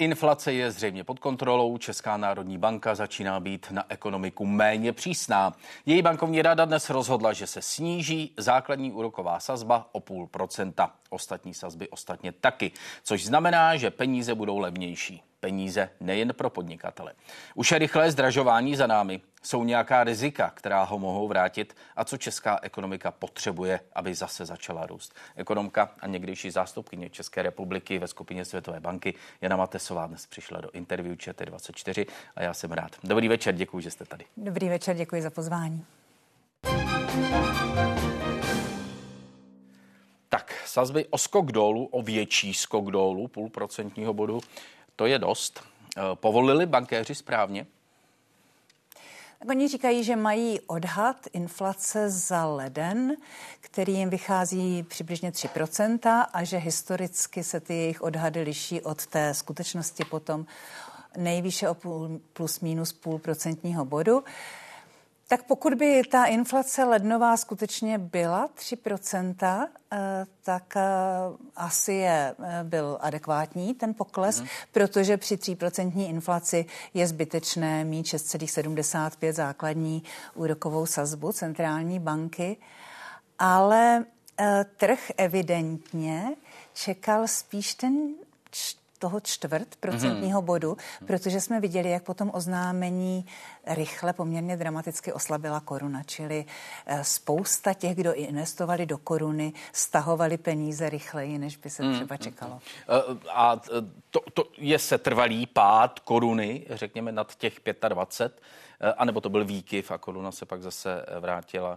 Inflace je zřejmě pod kontrolou. Česká národní banka začíná být na ekonomiku méně přísná. Její bankovní rada dnes rozhodla, že se sníží základní úroková sazba o 0,5%. Ostatní sazby ostatně taky, což znamená, že peníze budou levnější. Peníze nejen pro podnikatele. Už je rychlé zdražování za námi. Jsou nějaká rizika, která ho mohou vrátit a co česká ekonomika potřebuje, aby zase začala růst. Ekonomka a někdejší zástupkyně České republiky ve skupině Světové banky Jana Matesová dnes přišla do interview ČT24 a já jsem rád. Dobrý večer, děkuji, že jste tady. Dobrý večer, děkuji za pozvání. Tak, sazby o skok dolů, o větší skok dolů, 0,5% bodu, to je dost. Povolili bankéři správně? Oni říkají, že mají odhad inflace za leden, který jim vychází přibližně 3% a že historicky se ty jejich odhady liší od té skutečnosti potom nejvýše o plus minus 0,5% bodu. Tak pokud by ta inflace lednová skutečně byla 3%, tak asi byl adekvátní ten pokles, protože při 3% inflaci je zbytečné mít 6,75 základní úrokovou sazbu centrální banky, ale trh evidentně čekal spíš toho 0,25% bodu, protože jsme viděli, jak po tom oznámení rychle, poměrně dramaticky oslabila koruna, čili spousta těch, kdo investovali do koruny, stahovali peníze rychleji, než by se třeba čekalo. A to je setrvalý pád koruny, řekněme nad těch 25, anebo to byl výkyv a koruna se pak zase vrátila?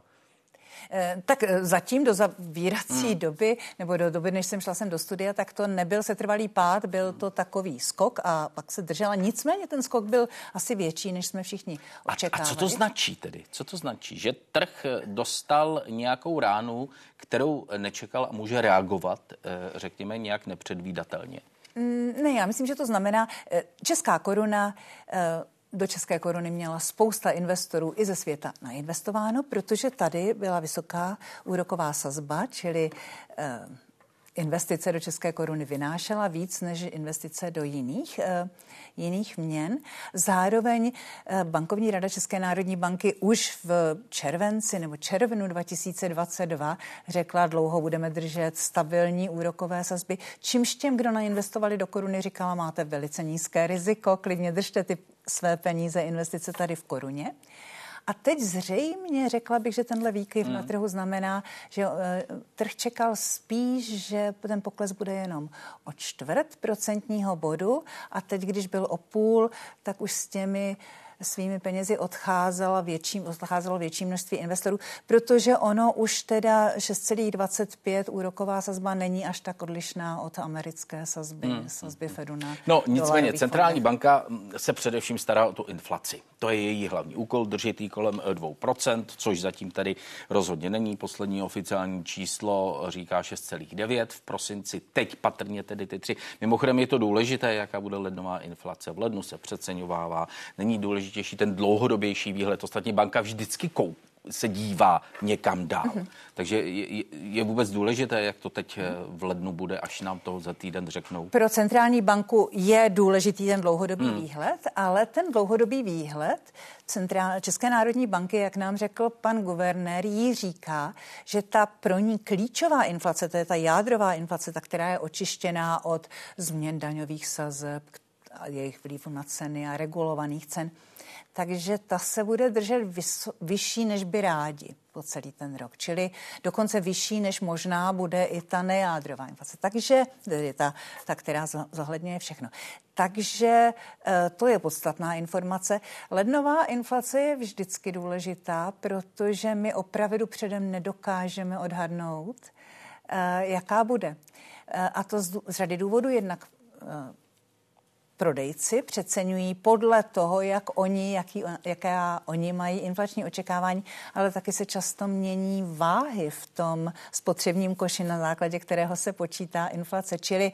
Tak zatím do zavírací doby, nebo do doby, než jsem šla sem do studia, tak to nebyl setrvalý pád, byl to takový skok a pak se držela. Nicméně ten skok byl asi větší, než jsme všichni očekávali. A co to značí tedy? Co to značí? Že trh dostal nějakou ránu, kterou nečekal a může reagovat, řekněme, nějak nepředvídatelně? Ne, já myslím, že to znamená, česká koruna... Do české koruny měla spousta investorů i ze světa nainvestováno, protože tady byla vysoká úroková sazba, čili investice do české koruny vynášela víc než investice do jiných měn. Zároveň bankovní rada České národní banky už v červenci nebo červnu 2022 řekla, dlouho budeme držet stabilní úrokové sazby, čímž těm, kdo nainvestovali do koruny, říkala, máte velice nízké riziko, klidně držte ty své peníze, investice tady v koruně. A teď zřejmě řekla bych, že tenhle výkyv na trhu znamená, že trh čekal spíš, že ten pokles bude jenom o 0,25% bodu a teď, když byl o 0,5, tak už s těmi svými penězi odcházelo větší množství investorů, protože ono už teda 6,25 úroková sazba není až tak odlišná od americké sazby Fedu. No nicméně centrální banka se především stará o tu inflaci. To je její hlavní úkol, držet ji kolem 2%, což zatím tady rozhodně není. Poslední oficiální číslo říká 6,9 v prosinci, teď patrně tedy ty 3. Mimochodem je to důležité, jaká bude lednová inflace. V lednu se přeceňovává, není důležitější ten dlouhodobější výhled. Ostatně banka vždycky se dívá někam dál. Takže je vůbec důležité, jak to teď v lednu bude, až nám to za týden řeknou. Pro centrální banku je důležitý ten dlouhodobý výhled, ale ten dlouhodobý výhled České národní banky, jak nám řekl pan guvernér, jí říká, že ta pro ní klíčová inflace, to je ta jádrová inflace, ta, která je očištěná od změn daňových sazeb, jejich vlivu na ceny a regulovaných cen, takže ta se bude držet vyšší, než by rádi po celý ten rok. Čili dokonce vyšší, než možná bude i ta nejádrová inflace. Takže je ta, která zohledňuje všechno. Takže to je podstatná informace. Lednová inflace je vždycky důležitá, protože my opravdu předem nedokážeme odhadnout, jaká bude. A to z řady důvodů. Jednak prodejci přeceňují podle toho, jaká oni mají inflační očekávání, ale taky se často mění váhy v tom spotřebním koši, na základě kterého se počítá inflace. Čili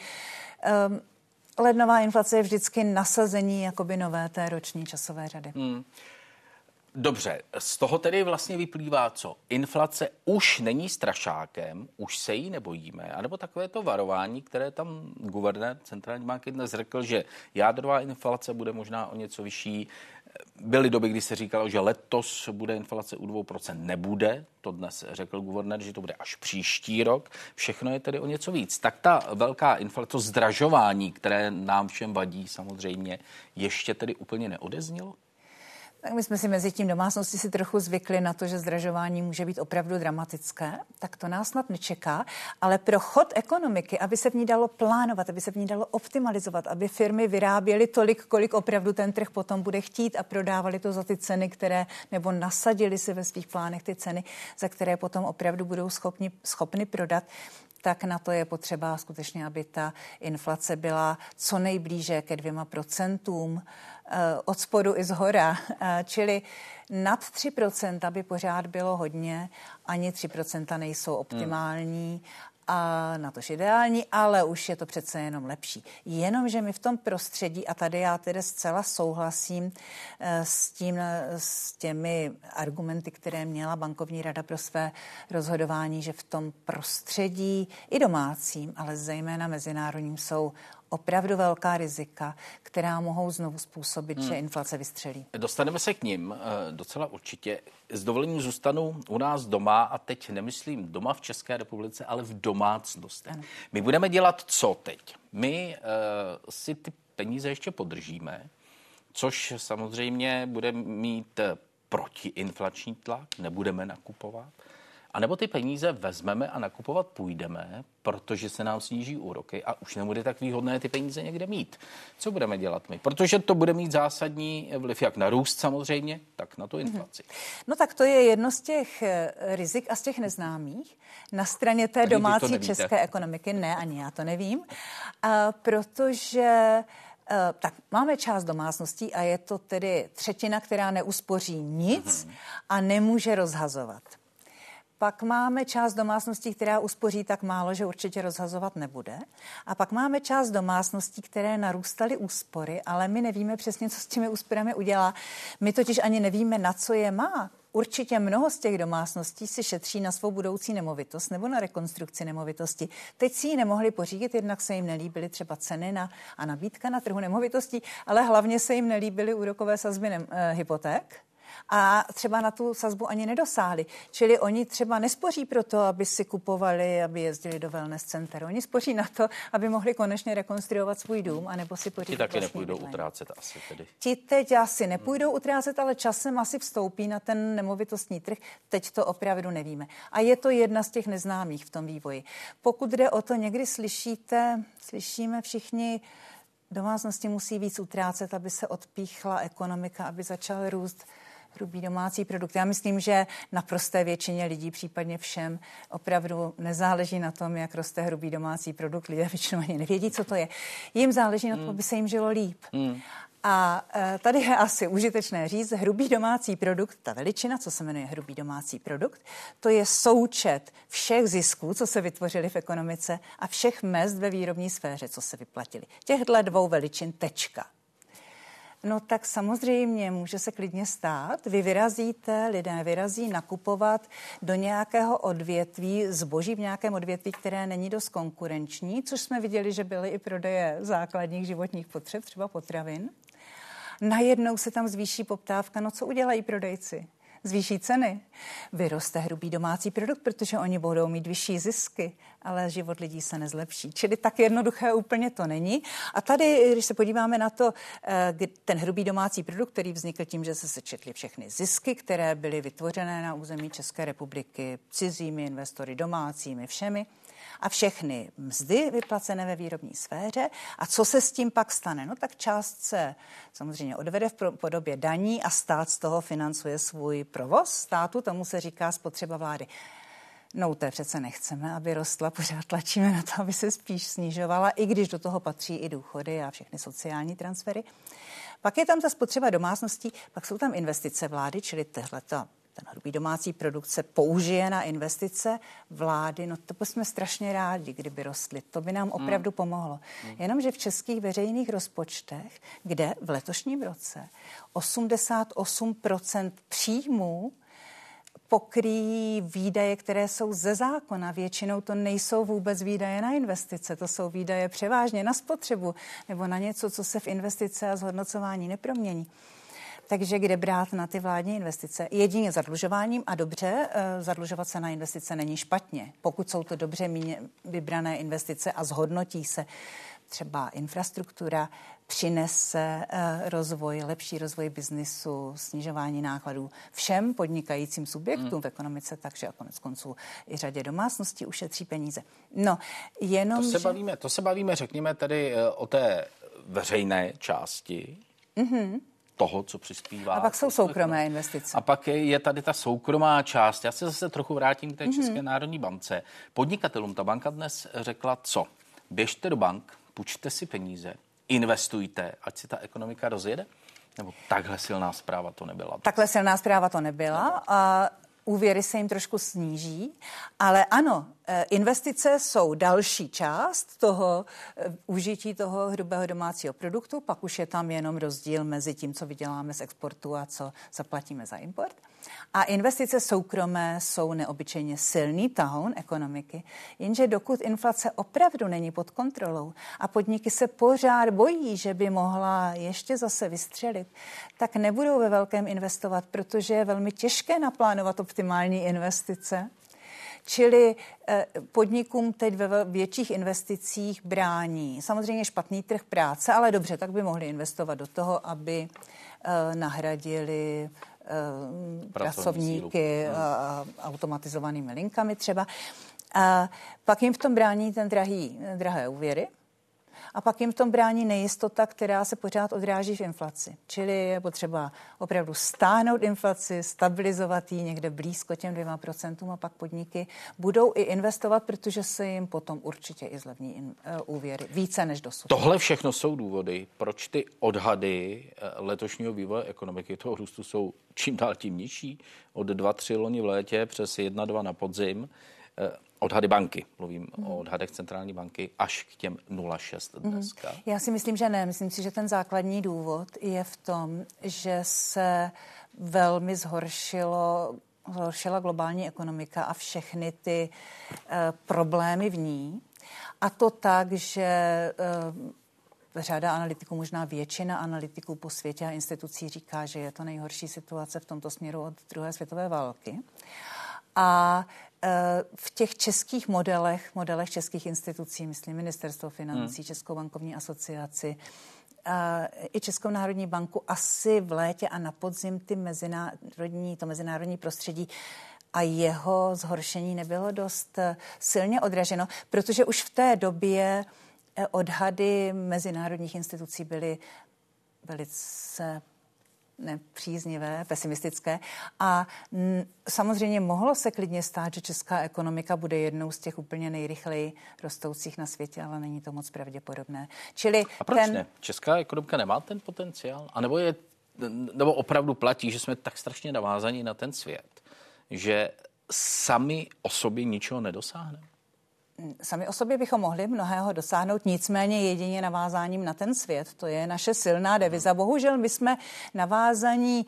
lednová inflace je vždycky nasazení jakoby nové té roční časové řady. Dobře, z toho tedy vlastně vyplývá co? Inflace už není strašákem, už se jí nebojíme, anebo takové to varování, které tam guvernér centrální banky dnes řekl, že jádrová inflace bude možná o něco vyšší. Byly doby, kdy se říkalo, že letos bude inflace u 2%, nebude. To dnes řekl guvernér, že to bude až příští rok. Všechno je tedy o něco víc. Tak ta velká inflace, to zdražování, které nám všem vadí samozřejmě, ještě tedy úplně neodeznělo? Tak my jsme si mezi tím domácnosti si trochu zvykli na to, že zdražování může být opravdu dramatické, tak to nás snad nečeká, ale pro chod ekonomiky, aby se v ní dalo plánovat, aby se v ní dalo optimalizovat, aby firmy vyráběly tolik, kolik opravdu ten trh potom bude chtít a prodávali to za ty ceny, které, nebo nasadili si ve svých plánech ty ceny, za které potom opravdu budou schopni prodat, tak na to je potřeba skutečně, aby ta inflace byla co nejblíže ke 2%, od spodu i zhora, čili nad 3% by pořád bylo hodně, ani 3% nejsou optimální a natož ideální, ale už je to přece jenom lepší. Jenomže my v tom prostředí, a tady já tedy zcela souhlasím s těmi argumenty, které měla bankovní rada pro své rozhodování, že v tom prostředí i domácím, ale zejména mezinárodním jsou opravdu velká rizika, která mohou znovu způsobit, že inflace vystřelí. Dostaneme se k nim docela určitě. S dovolením zůstanu u nás doma a teď nemyslím doma v České republice, ale v domácnostech. My budeme dělat co teď? My si ty peníze ještě podržíme, což samozřejmě bude mít protiinflační tlak, nebudeme nakupovat. A nebo ty peníze vezmeme a nakupovat půjdeme, protože se nám sníží úroky a už nebude tak výhodné ty peníze někde mít. Co budeme dělat my? Protože to bude mít zásadní vliv jak na růst samozřejmě, tak na tu inflaci. No tak to je jedno z těch rizik a z těch neznámých. Na straně té domácí české ekonomiky, ne, ani já to nevím, protože tak máme část domácností a je to tedy třetina, která neuspoří nic a nemůže rozhazovat. Pak máme část domácností, která uspoří tak málo, že určitě rozhazovat nebude. A pak máme část domácností, které narůstaly úspory, ale my nevíme přesně, co s těmi úsporami udělá. My totiž ani nevíme, na co je má. Určitě mnoho z těch domácností si šetří na svou budoucí nemovitost nebo na rekonstrukci nemovitosti. Teď si ji nemohli pořídit, jednak se jim nelíbily třeba ceny a nabídka na trhu nemovitostí, ale hlavně se jim nelíbily úrokové sazby hypoték. A třeba na tu sazbu ani nedosáhli. Čili oni třeba nespoří pro to, aby si kupovali, aby jezdili do wellness center. Oni spoří na to, aby mohli konečně rekonstruovat svůj dům, anebo si pořídit. Ti taky nepůjdou utrácet asi tedy. Ti teď asi nepůjdou utrácet, ale časem asi vstoupí na ten nemovitostní trh. Teď to opravdu nevíme. A je to jedna z těch neznámých v tom vývoji. Pokud jde o to, někdy slyšíme všichni, domácnosti musí víc utrácet, aby se odpíchla ekonomika, aby začal růst hrubý domácí produkt. Já myslím, že naprosté většině lidí, případně všem, opravdu nezáleží na tom, jak roste hrubý domácí produkt. Lidé většinou ani nevědí, co to je. Jim záleží na tom, aby se jim žilo líp. A tady je asi užitečné říct, hrubý domácí produkt, ta veličina, co se jmenuje hrubý domácí produkt, to je součet všech zisků, co se vytvořily v ekonomice a všech mezd ve výrobní sféře, co se vyplatily. Těchto dvou veličin tečka. No tak samozřejmě může se klidně stát. Vy vyrazíte, lidé vyrazí nakupovat do nějakého odvětví, zboží v nějakém odvětví, které není dost konkurenční, což jsme viděli, že byly i prodeje základních životních potřeb, třeba potravin. Najednou se tam zvýší poptávka, no co udělají prodejci? Zvýší ceny. Vyroste hrubý domácí produkt, protože oni budou mít vyšší zisky, ale život lidí se nezlepší. Čili tak jednoduché úplně to není. A tady, když se podíváme na to, ten hrubý domácí produkt, který vznikl tím, že se sečetly všechny zisky, které byly vytvořené na území České republiky cizími investory, domácími, všemi, a všechny mzdy vyplacené ve výrobní sféře. A co se s tím pak stane? No tak část se samozřejmě odvede v podobě daní a stát z toho financuje svůj provoz státu, tomu se říká spotřeba vlády. No to přece nechceme, aby rostla, pořád tlačíme na to, aby se spíš snižovala, i když do toho patří i důchody a všechny sociální transfery. Pak je tam ta spotřeba domácností, pak jsou tam investice vlády, čili tahleta ten hrubý domácí produkt se použije na investice vlády, no to jsme strašně rádi, kdyby rostly. To by nám opravdu pomohlo. Jenomže v českých veřejných rozpočtech, kde v letošním roce 88% příjmů pokryjí výdaje, které jsou ze zákona. Většinou to nejsou vůbec výdaje na investice, to jsou výdaje převážně na spotřebu nebo na něco, co se v investice a zhodnocování nepromění. Takže kde brát na ty vládní investice? Jedině zadlužováním a dobře, zadlužovat se na investice není špatně. Pokud jsou to dobře vybrané investice a zhodnotí se třeba infrastruktura, přinese lepší rozvoj biznisu, snižování nákladů všem podnikajícím subjektům v ekonomice, takže a konec konců i řadě domácností ušetří peníze. No, jenom... To se bavíme, řekněme tedy o té veřejné části, toho, co přispívá. A pak jsou soukromé investice. A pak je tady ta soukromá část. Já se zase trochu vrátím k té České národní bance. Podnikatelům ta banka dnes řekla co? Běžte do bank, půjčte si peníze, investujte, ať si ta ekonomika rozjede? Nebo takhle silná zpráva to nebyla? Takhle silná zpráva to nebyla. A úvěry se jim trošku sníží, ale ano, investice jsou další část toho užití toho hrubého domácího produktu, pak už je tam jenom rozdíl mezi tím, co vyděláme z exportu a co zaplatíme za import. A investice soukromé jsou neobyčejně silný tahoun ekonomiky, jenže dokud inflace opravdu není pod kontrolou a podniky se pořád bojí, že by mohla ještě zase vystřelit, tak nebudou ve velkém investovat, protože je velmi těžké naplánovat optimální investice. Čili podnikům teď ve větších investicích brání samozřejmě špatný trh práce, ale dobře, tak by mohli investovat do toho, aby nahradili pracovníky automatizovanými linkami třeba. A pak jim v tom brání ten drahé úvěry. A pak jim v tom brání nejistota, která se pořád odráží v inflaci. Čili je potřeba opravdu stáhnout inflaci, stabilizovat ji někde blízko těm 2% a pak podniky budou i investovat, protože se jim potom určitě i zlevní úvěry. Více než dosud. Tohle všechno jsou důvody, proč ty odhady letošního vývoje ekonomiky toho růstu jsou čím dál tím nižší. Od 2-3 loni v létě přes 1-2 na podzim. Odhady banky, mluvím o odhadech centrální banky, až k těm 0,6 dneska. Já si myslím, že ne. Myslím si, že ten základní důvod je v tom, že se velmi zhoršila globální ekonomika a všechny ty problémy v ní. A to tak, že řada analytiků, možná většina analytiků po světě a institucí říká, že je to nejhorší situace v tomto směru od druhé světové války. A v těch českých modelech českých institucí, myslím Ministerstvo financí, Českou bankovní asociaci i Českou národní banku, asi v létě a na podzim to mezinárodní prostředí a jeho zhoršení nebylo dost silně odraženo, protože už v té době odhady mezinárodních institucí byly velice nepříznivé, pesimistické a samozřejmě mohlo se klidně stát, že česká ekonomika bude jednou z těch úplně nejrychleji rostoucích na světě, ale není to moc pravděpodobné. Čili a proč ne? Česká ekonomika nemá ten potenciál? A nebo opravdu platí, že jsme tak strašně navázaní na ten svět, že sami o sobě ničeho nedosáhneme? Sami o sobě bychom mohli mnohého dosáhnout, nicméně jedině navázáním na ten svět. To je naše silná deviza. Bohužel my jsme navázaní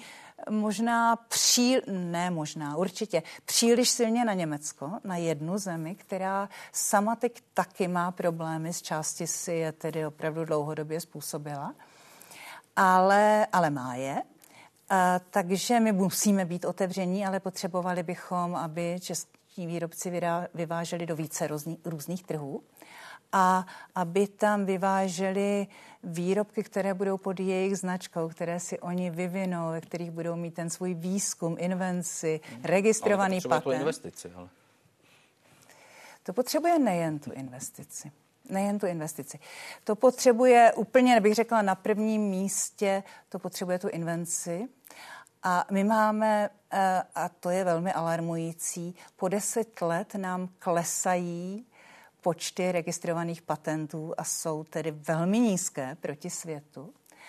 určitě příliš silně na Německo, na jednu zemi, která sama teď taky má problémy, z části si je tedy opravdu dlouhodobě způsobila, ale má je. Takže my musíme být otevření, ale potřebovali bychom, aby výrobci vyváželi do více různých trhů a aby tam vyváželi výrobky, které budou pod jejich značkou, které si oni vyvinou, ve kterých budou mít ten svůj výzkum, invenci, registrovaný patent. To investici, ale... To potřebuje nejen tu investici. To potřebuje úplně, bych řekla, na prvním místě, to potřebuje tu invenci. A my máme, a to je velmi alarmující, po 10 let nám klesají počty registrovaných patentů a jsou tedy velmi nízké proti světu.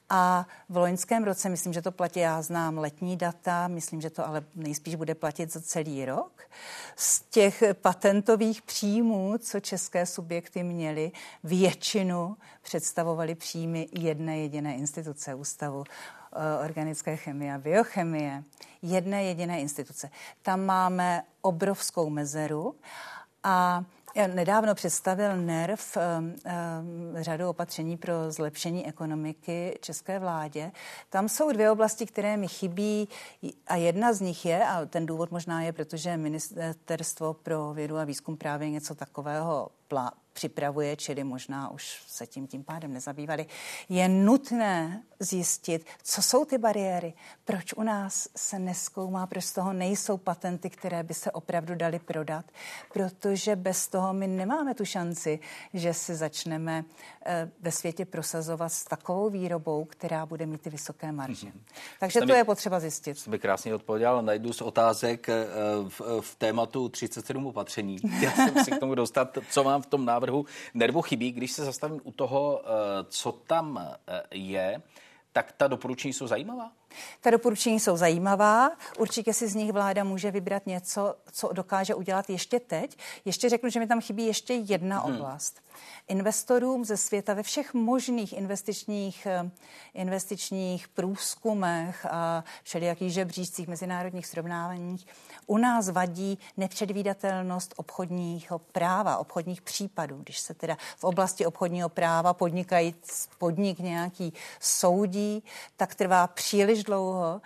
A v loňském roce, myslím, že to platí, já znám letní data, myslím, že to ale nejspíš bude platit za celý rok. Z těch patentových příjmů, co české subjekty měly, většinu představovaly příjmy jedné jediné instituce, Ústavu organické chemie a biochemie. Jedné jediné instituce. Tam máme obrovskou mezeru a nedávno představil NERV řadu opatření pro zlepšení ekonomiky české vládě. Tam jsou dvě oblasti, které mi chybí a jedna z nich je, a ten důvod možná je, protože Ministerstvo pro vědu a výzkum právě něco takového připravuje, čili možná už se tím pádem nezabývali. Je nutné zjistit, co jsou ty bariéry, proč u nás se nezkoumá, proč z toho nejsou patenty, které by se opravdu daly prodat, protože bez toho my nemáme tu šanci, že si začneme ve světě prosazovat s takovou výrobou, která bude mít ty vysoké marže. Takže to je potřeba zjistit. To by krásně odpověděl na jednu z otázek v tématu 37 opatření. Já jsem si k tomu dostat, co mám v tom návrhu NERVu chybí. Když se zastavím u toho, co tam je, tak ta doporučení jsou zajímavá? Ta doporučení jsou zajímavá. Určitě si z nich vláda může vybrat něco, co dokáže udělat ještě teď. Ještě řeknu, že mi tam chybí ještě jedna oblast. Investorům ze světa ve všech možných investičních průzkumech a všelijakých žebříčcích, mezinárodních srovnáváních u nás vadí nepředvídatelnost obchodního práva, obchodních případů. Když se teda v oblasti obchodního práva podnik nějaký soudí, tak trvá příliš dlouho,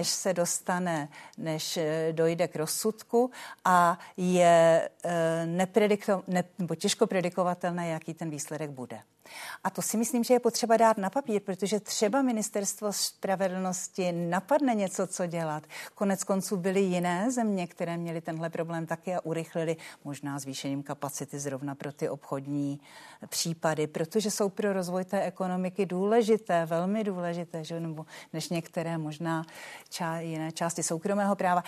než dojde k rozsudku a je těžko predikovatelné, jaký ten výsledek bude. A to si myslím, že je potřeba dát na papír, protože třeba Ministerstvo spravedlnosti napadne něco, co dělat. Konec konců byly jiné země, které měly tenhle problém taky a urychlili možná zvýšením kapacity zrovna pro ty obchodní případy, protože jsou pro rozvoj té ekonomiky důležité, velmi důležité, že? Nebo než některé možná jiné části soukromého práva.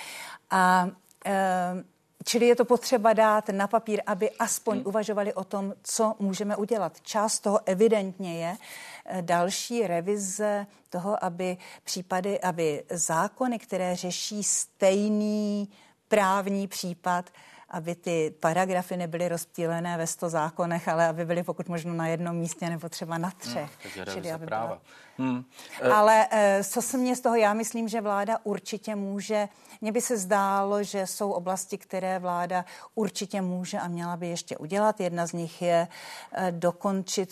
Čili je to potřeba dát na papír, aby aspoň uvažovali o tom, co můžeme udělat. Část toho evidentně je další revize toho, aby zákony, které řeší stejný právní případ, aby ty paragrafy nebyly rozptýlené ve 100 zákonech, ale aby byly pokud možno na jednom místě nebo třeba na 3. Čili aby práva. Ale co se mě z toho, já myslím, že vláda určitě může, mně by se zdálo, že jsou oblasti, které vláda určitě může a měla by ještě udělat. Jedna z nich je dokončit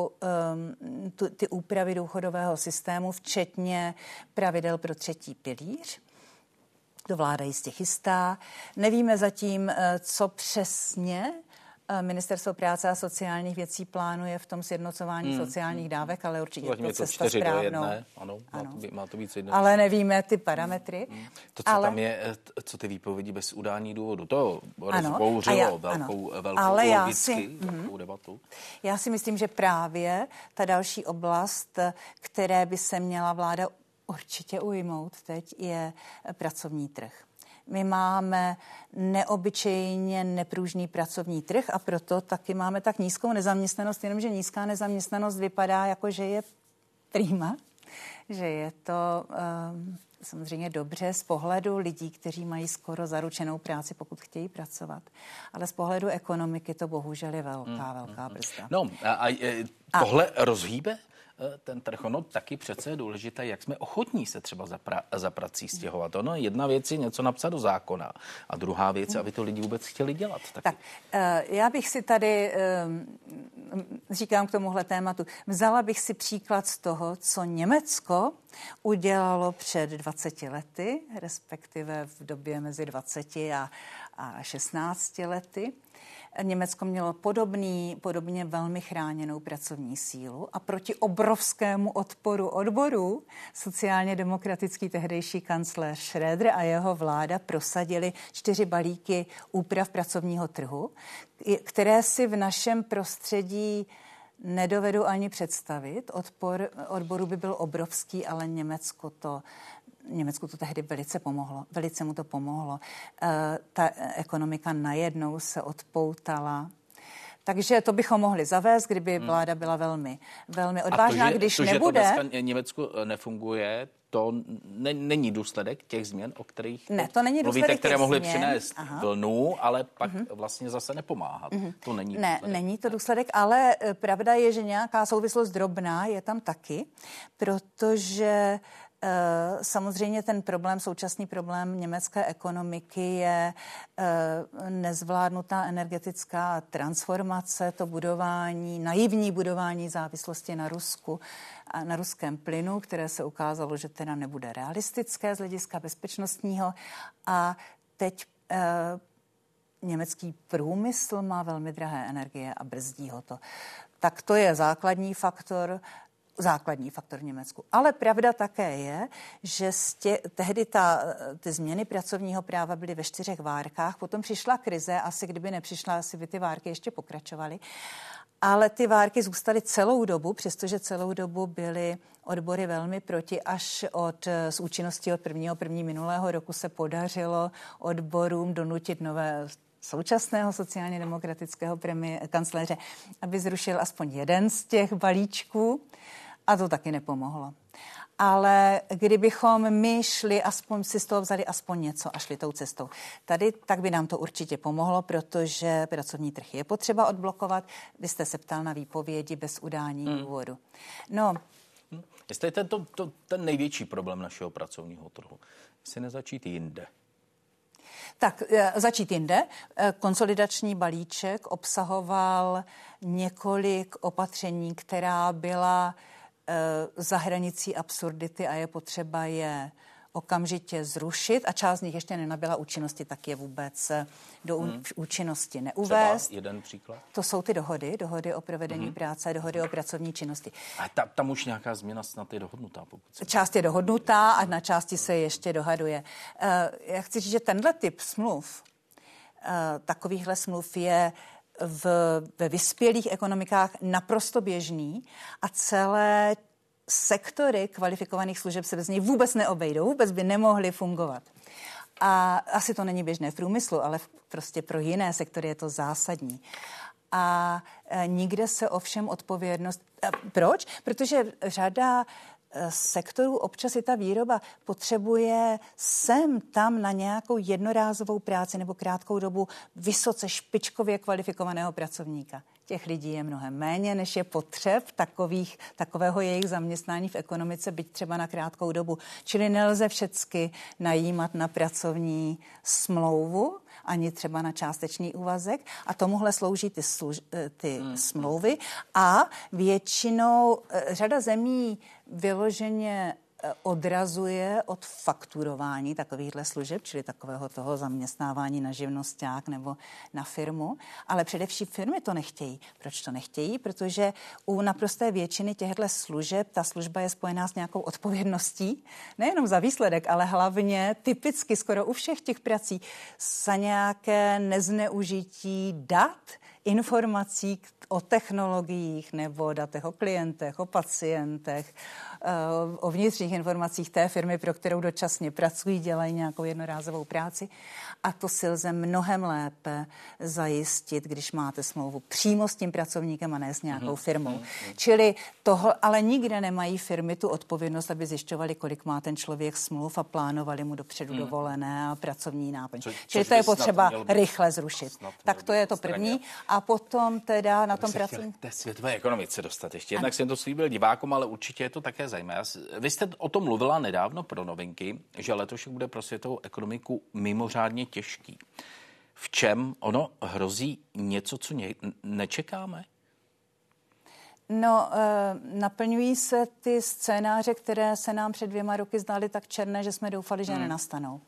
ty úpravy důchodového systému, včetně pravidel pro 3. pilíř. To vláda jistě chystá. Nevíme zatím, co přesně Ministerstvo práce a sociálních věcí plánuje v tom sjednocování sociálních dávek, ale určitě je to cesta správnou. Ano. Má to být jedno. Ale nevíme ty parametry. To, co tam je, co ty výpovědi bez udání důvodu, to rozbouřilo velkou logicky debatu. Já si myslím, že právě ta další oblast, které by se měla vláda určitě ujmout teď, je pracovní trh. My máme neobyčejně nepružný pracovní trh a proto taky máme tak nízkou nezaměstnanost, jenomže nízká nezaměstnanost vypadá jako, že je prima, že je to samozřejmě dobře z pohledu lidí, kteří mají skoro zaručenou práci, pokud chtějí pracovat. Ale z pohledu ekonomiky to bohužel je velká brzda. No a tohle rozhýbe ten trh, ono taky přece je důležité, jak jsme ochotní se třeba za prací stěhovat. Ono jedna věc je něco napsat do zákona a druhá věc, aby to lidi vůbec chtěli dělat. Tak já bych si tady, říkám k tomuhle tématu, vzala bych si příklad z toho, co Německo udělalo před 20 lety, respektive v době mezi 20 a 16 lety. Německo mělo podobně velmi chráněnou pracovní sílu a proti obrovskému odporu odborů sociálně demokratický tehdejší kancléř Schröder a jeho vláda prosadili 4 balíky úprav pracovního trhu, které si v našem prostředí nedovedu ani představit. Odpor odborů by byl obrovský, ale Německu to tehdy velice mu to pomohlo. Ta ekonomika najednou se odpoutala. Takže to bychom mohli zavést, kdyby vláda byla velmi, velmi odvážná. A to, když to, nebude... že to dneska Německu nefunguje, to není důsledek těch změn, o kterých mluvíte, které mohly přinést vlnu, ale pak vlastně zase nepomáhat. To není důsledek. Není to důsledek, ale pravda je, že nějaká souvislost drobná je tam taky, protože samozřejmě ten současný problém německé ekonomiky je nezvládnutá energetická transformace, to naivní budování závislosti na Rusku a na ruském plynu, které se ukázalo, že teda nebude realistické z hlediska bezpečnostního. A teď německý průmysl má velmi drahé energie a brzdí ho to. Tak to je základní faktor v Německu. Ale pravda také je, že tehdy ty změny pracovního práva byly ve 4 várkách, potom přišla krize, asi kdyby nepřišla, asi by ty várky ještě pokračovaly. Ale ty várky zůstaly celou dobu, přestože celou dobu byly odbory velmi proti, až s účinností od 1.1. minulého roku se podařilo odborům donutit současného sociálně demokratického kancléře, aby zrušil aspoň jeden z těch balíčků, a to taky nepomohlo. Ale kdybychom my si z toho vzali aspoň něco a šli tou cestou tady, tak by nám to určitě pomohlo, protože pracovní trh je potřeba odblokovat. Vy jste se ptal na výpovědi bez udání důvodu. Jestli je ten největší problém našeho pracovního trhu, jestli nezačít jinde. Tak začít jinde. Konsolidační balíček obsahoval několik opatření, která byla za hranicí absurdity a je potřeba je okamžitě zrušit a část z nich ještě nenabyla účinnosti, tak je vůbec do účinnosti neuvést. Třeba jeden příklad? To jsou ty dohody o provedení práce, dohody o pracovní činnosti. A tam už nějaká změna snad je dohodnutá? Část je dohodnutá a na části se ještě dohaduje. Já chci říct, že tenhle typ smluv, takovýchhle smluv je ve vyspělých ekonomikách naprosto běžný a celé sektory kvalifikovaných služeb se bez něj vůbec neobejdou, vůbec by nemohly fungovat. A asi to není běžné v průmyslu, ale prostě pro jiné sektory je to zásadní. A nikde se ovšem odpovědnost... Proč? Protože řada sektorů občas i ta výroba potřebuje sem tam na nějakou jednorázovou práci nebo krátkou dobu vysoce špičkově kvalifikovaného pracovníka. Těch lidí je mnohem méně, než je potřeb takového jejich zaměstnání v ekonomice, byť třeba na krátkou dobu. Čili nelze všecky najímat na pracovní smlouvu, ani třeba na částečný úvazek a tomuhle slouží ty smlouvy a většinou řada zemí vyloženě odrazuje od fakturování takovýchhle služeb, čili takového toho zaměstnávání na živnosťák nebo na firmu, ale především firmy to nechtějí. Proč to nechtějí? Protože u naprosté většiny těchto služeb ta služba je spojená s nějakou odpovědností, nejenom za výsledek, ale hlavně typicky skoro u všech těch prací za nějaké nezneužití dat, informací o technologiích nebo datech o klientech, o pacientech, o vnitřních informacích té firmy, pro kterou dočasně pracují, dělají nějakou jednorázovou práci. A to si lze mnohem lépe zajistit, když máte smlouvu přímo s tím pracovníkem a ne s nějakou firmou. Čili ale nikde nemají firmy tu odpovědnost, aby zjišťovali, kolik má ten člověk smluv a plánovali mu dopředu dovolené a pracovní náplň. Čili to je potřeba rychle zrušit. Tak to je to první. A potom teda na tom pracovní... K té světové ekonomice dostat ještě. Jednak jsem to slíbil divákům, ale určitě je to také zajímavé. Vy jste o tom mluvila nedávno pro Novinky, že letošek bude pro světovou ekonomiku mimořádně těžký. V čem ono hrozí něco, co nečekáme? Naplňují se ty scénáře, které se nám před 2 roky zdály tak černé, že jsme doufali, že nenastanou.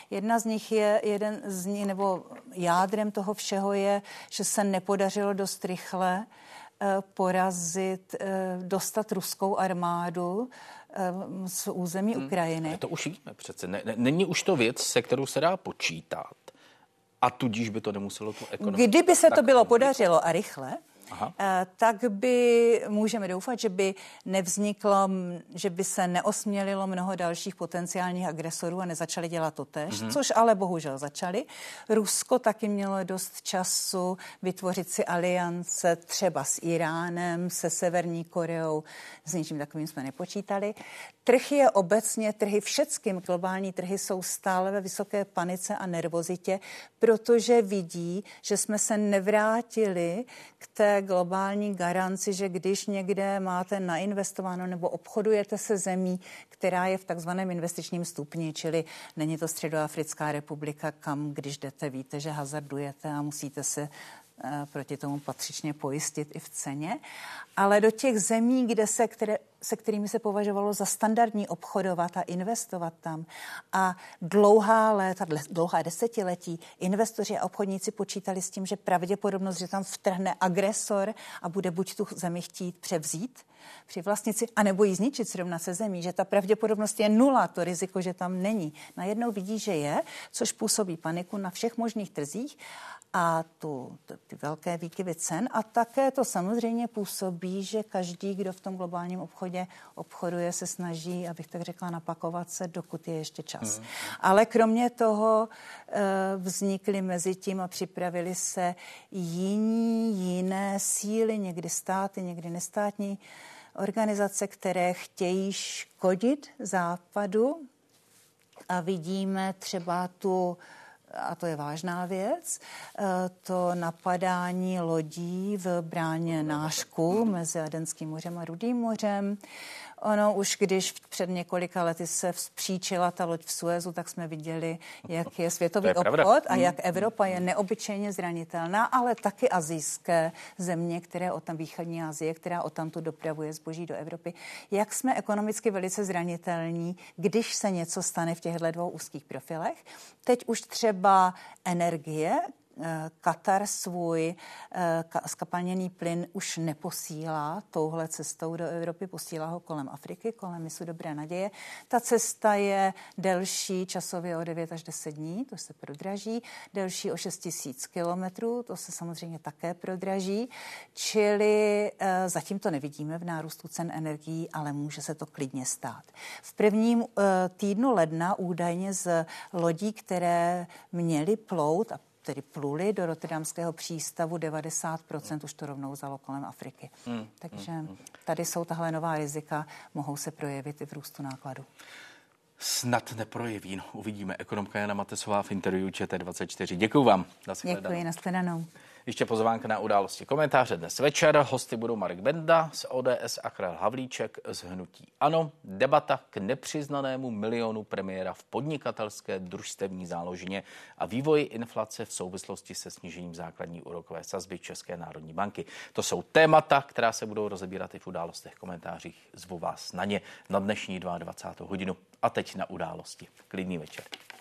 Nebo jádrem toho všeho je, že se nepodařilo dost rychle dostat ruskou armádu z území Ukrajiny. Ale to už víme přece. Není už to věc, se kterou se dá počítat. A tudíž by to nemuselo tu ekonomiku... Kdyby se to bylo podařilo a rychle, tak by můžeme doufat, že by nevzniklo, že by se neosmělilo mnoho dalších potenciálních agresorů a nezačali dělat totéž, což ale bohužel začali. Rusko taky mělo dost času vytvořit si aliance třeba s Iránem, se Severní Koreou, s ničím takovým jsme nepočítali. Trh je obecně, všecky globální trhy jsou stále ve vysoké panice a nervozitě, protože vidí, že jsme se nevrátili k té globální garanci, že když někde máte nainvestováno nebo obchodujete se zemí, která je v takzvaném investičním stupni, čili není to Středoafrická republika, kam když jdete, víte, že hazardujete a musíte se proti tomu patřičně pojistit i v ceně, ale do těch zemí, se kterými se považovalo za standardní obchodovat a investovat tam a dlouhá desetiletí investoři a obchodníci počítali s tím, že pravděpodobnost, že tam vtrhne agresor a bude buď tu zemi chtít převzít, přivlastnit si, anebo ji zničit, srovnat se zemí, že ta pravděpodobnost je nula, to riziko, že tam není. Najednou vidí, že je, což působí paniku na všech možných trzích a ty velké výkyvy cen a také to samozřejmě působí, že každý, kdo v tom globálním obchodě obchoduje, se snaží, abych tak řekla, napakovat se, dokud je ještě čas. Ale kromě toho vznikly mezi tím a připravili se jiné síly, někdy státy, někdy nestátní organizace, které chtějí škodit Západu a vidíme třeba a to je vážná věc, to napadání lodí v bráně Nášku mezi Adenským mořem a Rudým mořem. Ono už když před několika lety se vzpříčila ta loď v Suezu, tak jsme viděli, jak je světový obchod a jak Evropa je neobyčejně zranitelná, ale taky asijské země, východní Asie, která odtamtud dopravuje zboží do Evropy. Jak jsme ekonomicky velice zranitelní, když se něco stane v těchto dvou úzkých profilech. Teď už třeba energie, Katar svůj zkapalněný plyn už neposílá touhle cestou do Evropy, posílá ho kolem Afriky, kolem mysu Dobré naděje. Ta cesta je delší časově o 9 až 10 dní, to se prodraží, delší o 6 000 kilometrů, to se samozřejmě také prodraží, čili zatím to nevidíme v nárůstu cen energií, ale může se to klidně stát. V prvním týdnu ledna údajně z lodí, které měly plout a tedy pluli do rotterdamského přístavu, 90% už to rovnou vzalo kolem Afriky. Takže tady jsou tahle nová rizika, mohou se projevit i v růstu nákladu. Snad neprojeví, uvidíme. Ekonomka Jana Matesová v interview ČT24. Děkuju vám. Děkuji, nashledanou. Ještě pozvánka na Události komentáře dnes večer. Hosty budou Marek Benda z ODS a Karel Havlíček z hnutí ANO. Debata k nepřiznanému milionu premiéra v podnikatelské družstevní záložině a vývoji inflace v souvislosti se snížením základní úrokové sazby České národní banky. To jsou témata, která se budou rozebírat i v Událostech komentářích. Zvu vás na ně na dnešní 22. hodinu. A teď na Události. Klidný večer.